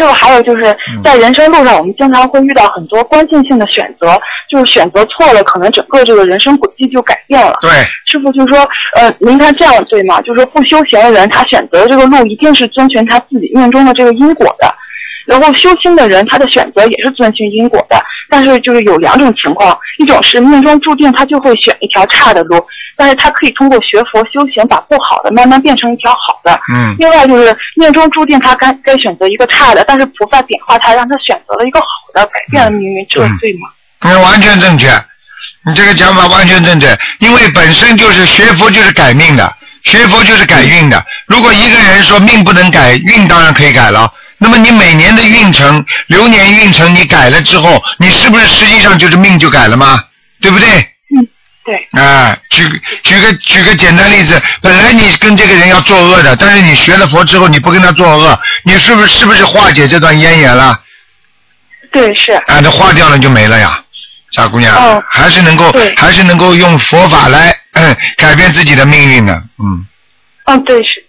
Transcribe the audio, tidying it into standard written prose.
师傅，还有就是在人生路上，我们经常会遇到很多关键性的选择，就是选择错了，可能整个这个人生轨迹就改变了。 对， 师傅就说，您看这样对吗？就是说不修行的人，他选择的这个路一定是遵循他自己命中的这个因果的。然后修心的人，他的选择也是遵循因果的，但是就是有两种情况，一种是命中注定他就会选一条差的路，但是他可以通过学佛修行，把不好的慢慢变成一条好的。另外就是命中注定他该选择一个差的，但是菩萨点化他，让他选择了一个好的，改变了命运，这对吗？ 完全正确，你这个讲法完全正确，因为本身就是学佛就是改命的，学佛就是改运的。如果一个人说命不能改，运当然可以改了。那么你每年的运程、流年运程你改了之后，你是不是实际上就是命就改了吗？对不对？对。举个简单例子，本来你跟这个人要作恶的，但是你学了佛之后，你不跟他作恶，你是不是化解这段冤缘了？ 对，是。 这化掉了就没了呀，傻姑娘。还是能够用佛法来改变自己的命运的。 对，是